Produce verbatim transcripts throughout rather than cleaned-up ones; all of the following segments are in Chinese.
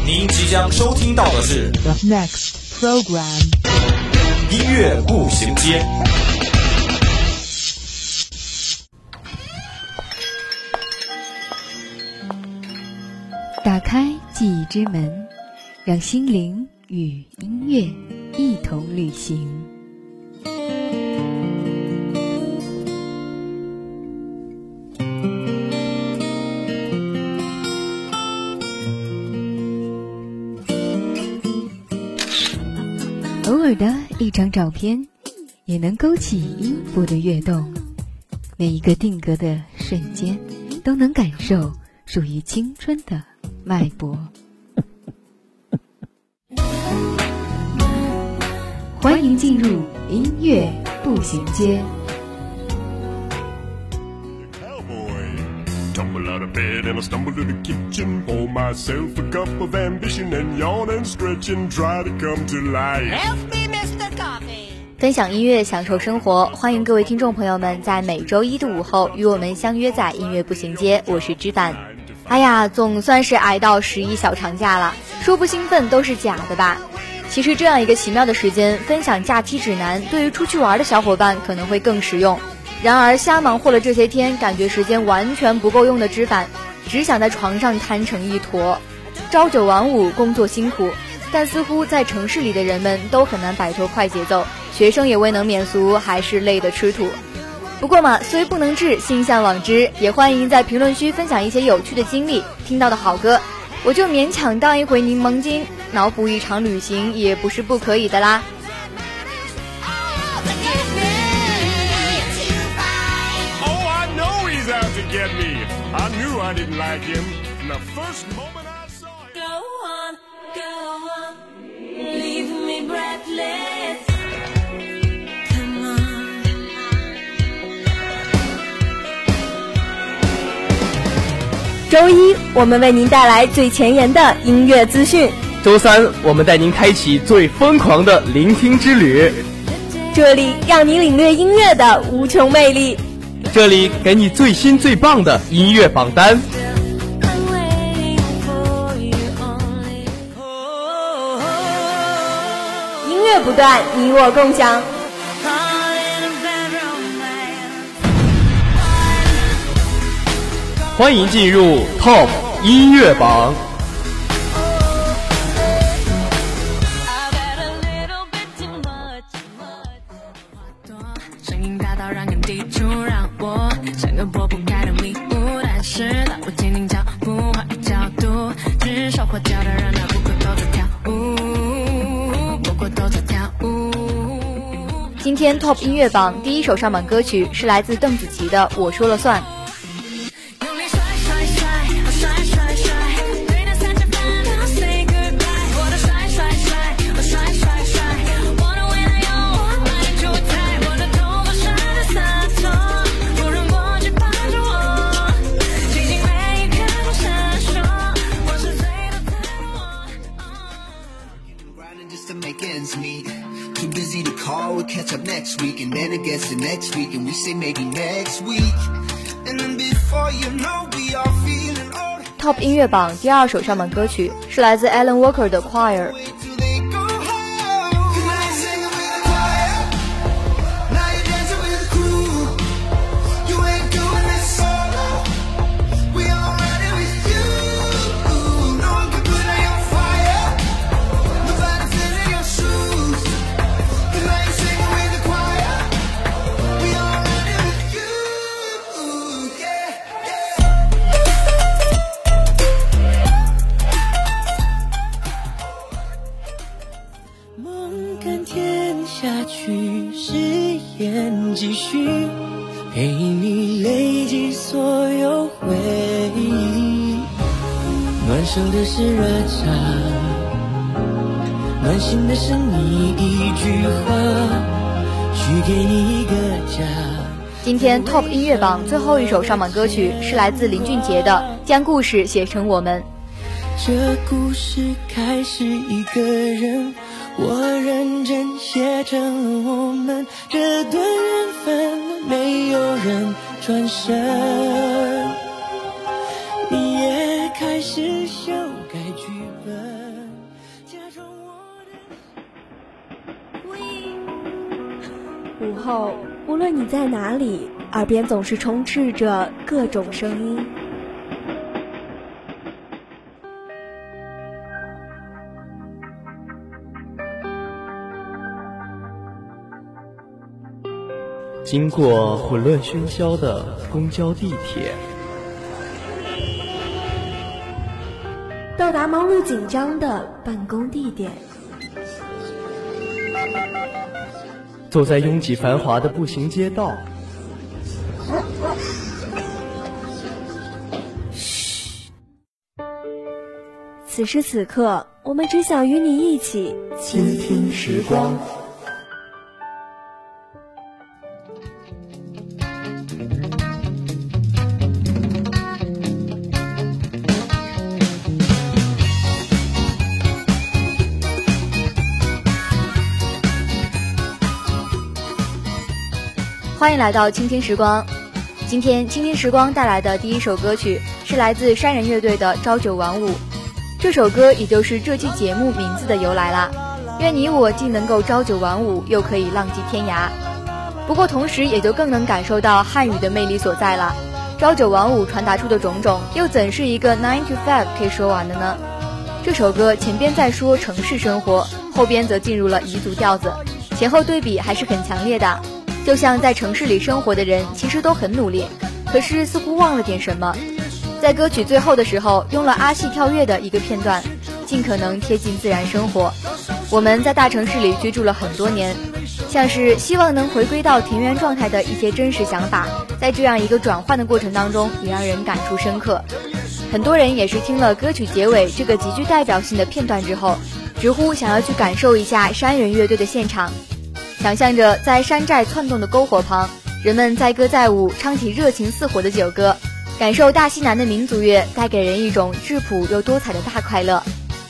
您即将收听到的是 The next program 音乐步行街。 打开记忆之门，让心灵与音乐一同旅行。偶尔的一张照片，也能勾起音符的跃动。每一个定格的瞬间，都能感受属于青春的脉搏。欢迎进入音乐步行街。 Tumble out of bed and I stumble to the kitchen, pour myself a cup of ambition and yawn and stretch and try to come to life. Help me, Mister Coffee. 分享音乐，享受生活，欢迎各位听众朋友们在每周一的午后与我们相约在音乐步行街，我是知凡。哎呀，总算是挨到十一小长假了，说不兴奋都是假的吧。其实这样一个奇妙的时间，分享假期指南对于出去玩的小伙伴可能会更实用。然而瞎忙活了这些天，感觉时间完全不够用的知凡，只想在床上瘫成一坨。朝九晚五，工作辛苦，但似乎在城市里的人们都很难摆脱快节奏，学生也未能免俗，还是累得吃土。不过嘛，虽不能至，心向往之，也欢迎在评论区分享一些有趣的经历，听到的好歌，我就勉强当一回柠檬精，脑补一场旅行也不是不可以的啦。 Get me. I knew I didn't like him from the first moment I saw him. Go on, go on, leave me breathless. Come on. 周一，我们为您带来最前沿的音乐资讯。 周三，我们带您开启最疯狂的聆听之旅。 这里让你领略音乐的无穷魅力。 这里给你最新最棒的音乐榜单。 音乐不断，你我共享。 欢迎进入 Top 音乐榜。 声音大到让人抵触，让我像个拨不开的迷雾，但是当我坚定脚步，换个角度，至少活掉的人啊，不过都在跳舞，不过都在跳舞。 今天 Top 音乐榜第一首上榜歌曲是来自邓紫棋的《我说了算》。 Catch up next week and then it gets to next week and we say maybe next week and then before you know we are feeling old. Top 音乐榜第二首上榜歌曲是来自 Alan Walker 的 Choir。 继续陪你累积所有回忆，暖手的是热茶，暖心的是你一句话，许给你一个家。 今天 Top 音乐榜最后一首上榜歌曲是来自林俊杰的《将故事写成我们》。 这故事开始一个人，我认真写成了我们这段缘分，没有人转身，你也开始修改剧本。 午后，无论你在哪里，耳边总是充斥着各种声音。 经过混乱喧嚣的公交地铁， 到达忙碌紧张的办公地点， 走在拥挤繁华的步行街道， 嘘，此时此刻，我们只想与你一起倾听时光。 欢迎来到倾听时光。今天倾听时光带来的第一首歌曲是来自山人乐队的《朝九晚五》，这首歌也就是这期节目名字的由来啦。愿你我既能够朝九晚五，又可以浪迹天涯。不过同时也就更能感受到汉语的魅力所在了。朝九晚五传达出的种种，又怎是一个 nine to five 可以说完的呢？这首歌前边在说城市生活，后边则进入了彝族调子，前后对比还是很强烈的。就像在城市里生活的人其实都很努力，可是似乎忘了点什么。在歌曲最后的时候用了阿细跳跃的一个片段，尽可能贴近自然生活。我们在大城市里居住了很多年，像是希望能回归到田园状态的一些真实想法，在这样一个转换的过程当中也让人感触深刻。很多人也是听了歌曲结尾这个极具代表性的片段之后，直呼想要去感受一下山人乐队的现场，想象着在山寨窜动的篝火旁，人们载歌载舞，唱起热情似火的酒歌，感受大西南的民族乐带给人一种质朴又多彩的大快乐。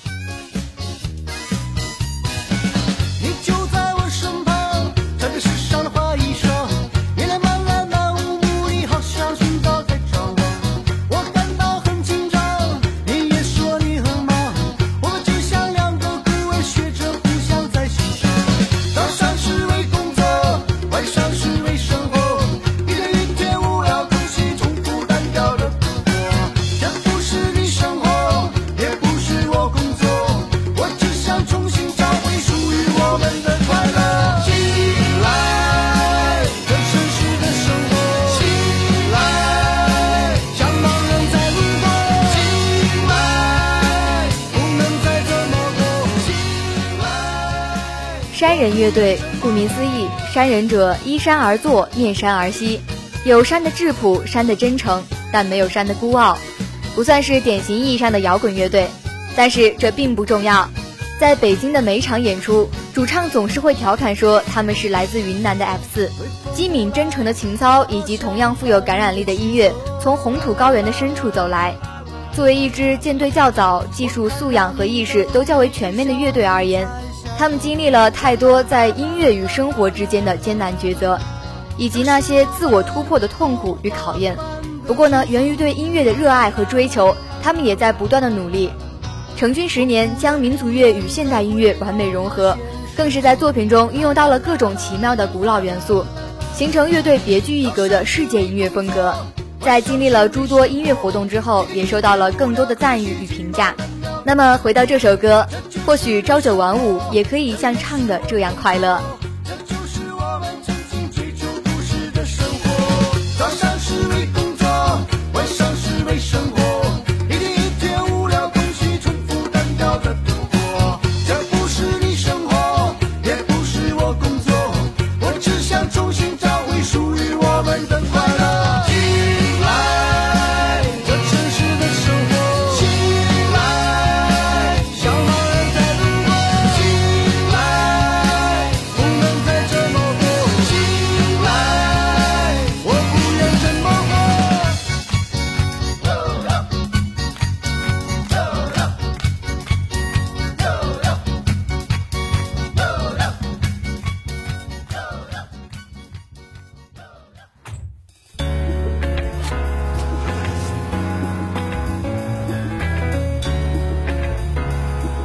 你就在我身旁，穿着时尚的花衣裳，你来漫漫漫无目的，好像寻找在张望。我感到很紧张，你也说你很忙，我们就像两个孤儿学着互相在欣赏。早上是为工作，晚上是为生活，一天一天无聊空虚重复单调的度过。这不是你生活，也不是我工作，我只想重新找回属于我们的快乐。醒来，这城市的生活，醒来，像盲人在路过，醒来，不能再这么过，醒来。 山人乐队顾名思义，山人者依山而坐，面山而息，有山的质朴，山的真诚，但没有山的孤傲，不算是典型意义上的摇滚乐队。但是这并不重要，在北京的每场演出，主唱总是会调侃说他们是来自云南的 F 四，机敏真诚的情操以及同样富有感染力的音乐从红土高原的深处走来。作为一支舰队较早、技术素养和意识都较为全面的乐队而言，他们经历了太多在音乐与生活之间的艰难抉择，以及那些自我突破的痛苦与考验。不过呢，源于对音乐的热爱和追求，他们也在不断的努力。成军十年，将民族乐与现代音乐完美融合，更是在作品中运用到了各种奇妙的古老元素，形成乐队别具一格的世界音乐风格。在经历了诸多音乐活动之后，也受到了更多的赞誉与评价。那么回到这首歌，或许朝九晚五也可以像唱的这样快乐。 这就是我们曾经追求都市的生活，早上是为工作，晚上是为生活，一天一天无聊空虚重复单调的度过。这不是你生活，也不是我工作，我只想重新找回属于我们的快乐。醒来，这城市的生活，醒来，像盲人在路过，醒来，不能再这么过，醒来，我不愿这么过。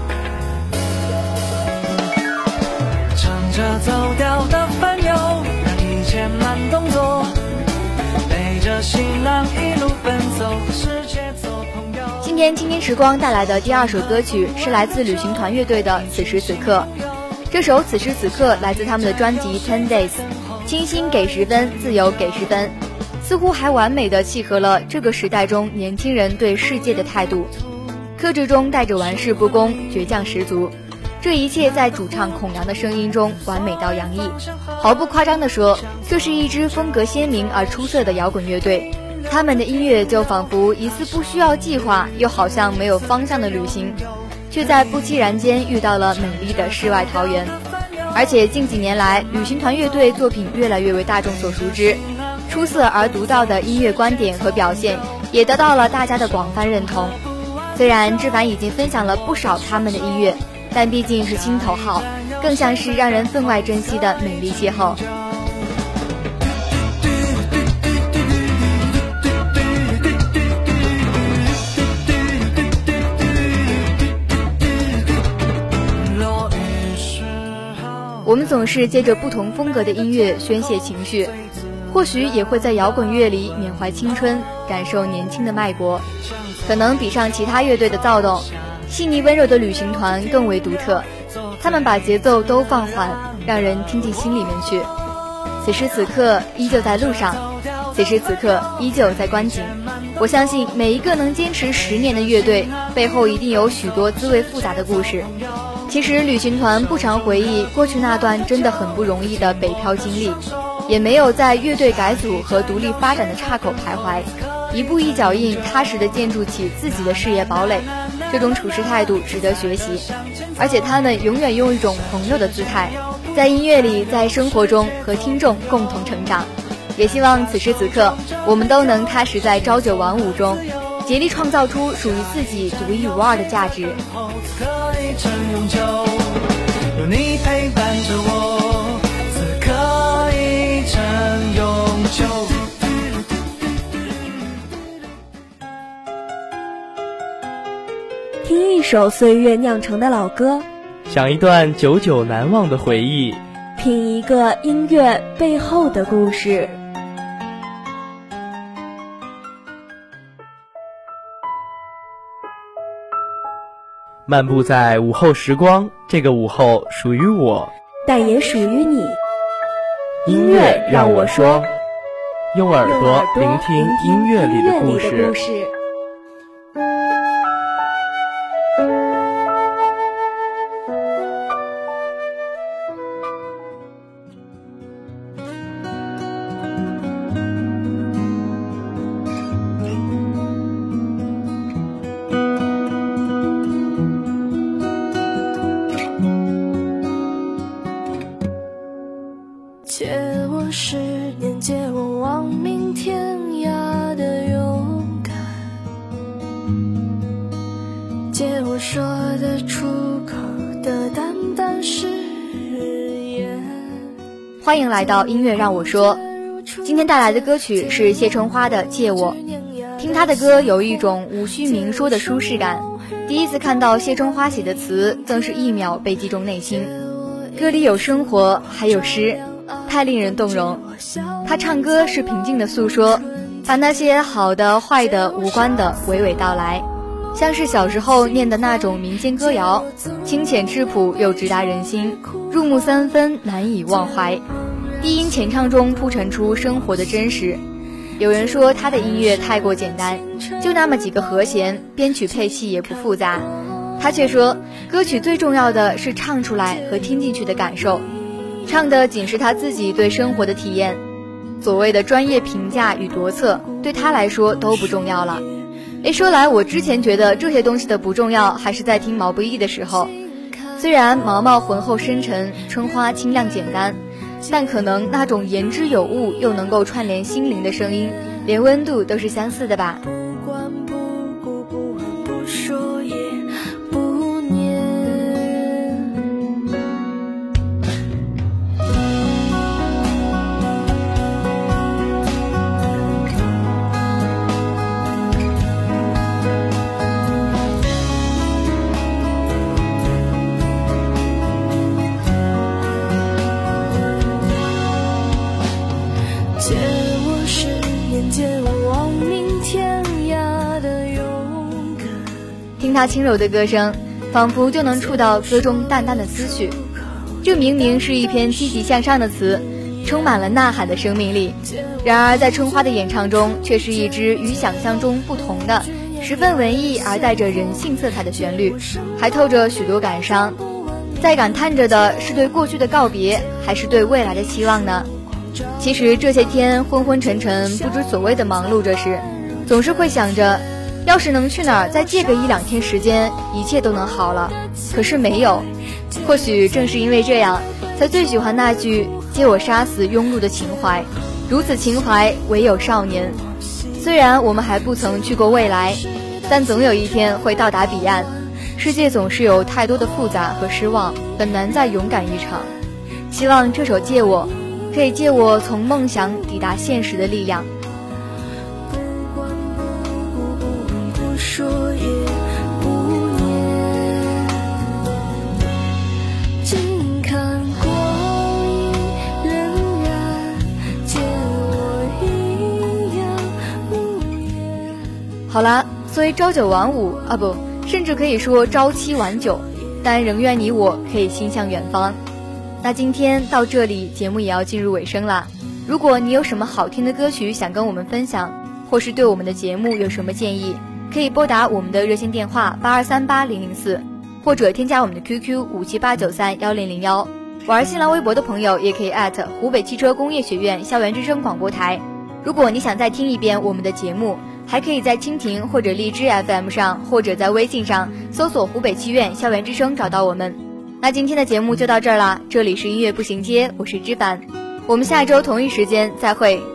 唱着走调的烦忧， 新郎一路奔走，世界做朋友。 今天青年时光带来的第二首歌曲是来自旅行团乐队的《此时此刻》。这首《此时此刻》来自他们的专辑 Ten Days， 清新给十分，自由给十分，似乎还完美地契合了这个时代中年轻人对世界的态度。克制中带着玩世不恭，倔强十足。这一切在主唱孔良的声音中完美到洋溢。毫不夸张地说，这是一支风格鲜明而出色的摇滚乐队。他们的音乐就仿佛一次不需要计划又好像没有方向的旅行，却在不期然间遇到了美丽的世外桃源。而且近几年来，旅行团乐队作品越来越为大众所熟知，出色而独到的音乐观点和表现也得到了大家的广泛认同。虽然志凡已经分享了不少他们的音乐，但毕竟是心头好，更像是让人分外珍惜的美丽邂逅。我们总是借着不同风格的音乐宣泄情绪，或许也会在摇滚乐里缅怀青春，感受年轻的脉搏。可能比上其他乐队的躁动，细腻温柔的旅行团更为独特。他们把节奏都放缓，让人听进心里面去。此时此刻依旧在路上，此时此刻依旧在观景。我相信每一个能坚持十年的乐队，背后一定有许多滋味复杂的故事。其实旅行团不常回忆过去那段真的很不容易的北漂经历，也没有在乐队改组和独立发展的岔口徘徊，一步一脚印踏实地建筑起自己的事业堡垒。这种处事态度值得学习，而且他们永远用一种朋友的姿态，在音乐里，在生活中和听众共同成长。也希望此时此刻，我们都能踏实在朝九晚五中，竭力创造出属于自己独一无二的价值。 有你陪伴着我，此刻一程永久。 听一首岁月酿成的老歌， 想一段久久难忘的回忆， 品一个音乐背后的故事。 漫步在午后时光，这个午后属于我， 但也属于你。 音乐让我说，用耳朵聆听音乐里的故事。 借我十年，借我亡命天涯的勇敢，借我说得出口的淡淡誓言。 欢迎来到音乐让我说，今天带来的歌曲是谢春花的《借我》。听她的歌有一种无需明说的舒适感，第一次看到谢春花写的词，更是一秒被击中内心。歌里有生活，还有诗，太令人动容。他唱歌是平静的诉说，把那些好的坏的无关的娓娓道来，像是小时候念的那种民间歌谣，清浅质朴又直达人心，入木三分，难以忘怀。低音前唱中铺陈出生活的真实。有人说他的音乐太过简单，就那么几个和弦，编曲配器也不复杂。他却说，歌曲最重要的是唱出来和听进去的感受，唱的仅是他自己对生活的体验，所谓的专业评价与夺策对他来说都不重要了。诶，说来我之前觉得这些东西的不重要，还是在听毛不易的时候。虽然毛毛浑厚深沉，春花清亮简单，但可能那种言之有物又能够串联心灵的声音，连温度都是相似的吧。 不管不顾，不问不说也不念。借我十年，借我听他轻柔的歌声，仿佛就能触到歌中淡淡的思绪。这明明是一篇积极向上的词，充满了呐喊的生命力，然而在春花的演唱中，却是一支与想象中不同的十分文艺而带着人性色彩的旋律，还透着许多感伤。在感叹着的是对过去的告别，还是对未来的期望呢？其实这些天昏昏沉沉不知所谓的忙碌着时，总是会想着，要是能去哪儿再借个一两天时间，一切都能好了。可是没有，或许正是因为这样，才最喜欢那句借我杀死庸碌的情怀，如此情怀唯有少年。虽然我们还不曾去过未来，但总有一天会到达彼岸。世界总是有太多的复杂和失望，很难再勇敢一场。希望这首借我可以借我从梦想抵达现实的力量。 不管不顾，不说也不念，静看光阴荏苒，借我阴阳无言。 好啦，虽朝九晚五啊不甚至可以说朝七晚九，但仍愿你我可以心向远方。那今天到这里，节目也要进入尾声啦。如果你有什么好听的歌曲想跟我们分享，或是对我们的节目有什么建议，可以拨打我们的热线电话八二三八零零四，或者添加我们的 Q Q 五七八九三幺零零幺。玩新浪微博的朋友也可以艾特湖北汽车工业学院校园之声广播台。如果你想再听一遍我们的节目，还可以在蜻蜓或者荔枝 F M 上，或者在微信上搜索湖北汽院校园之声找到我们。那今天的节目就到这儿啦，这里是音乐步行街，我是知凡，我们下周同一时间再会。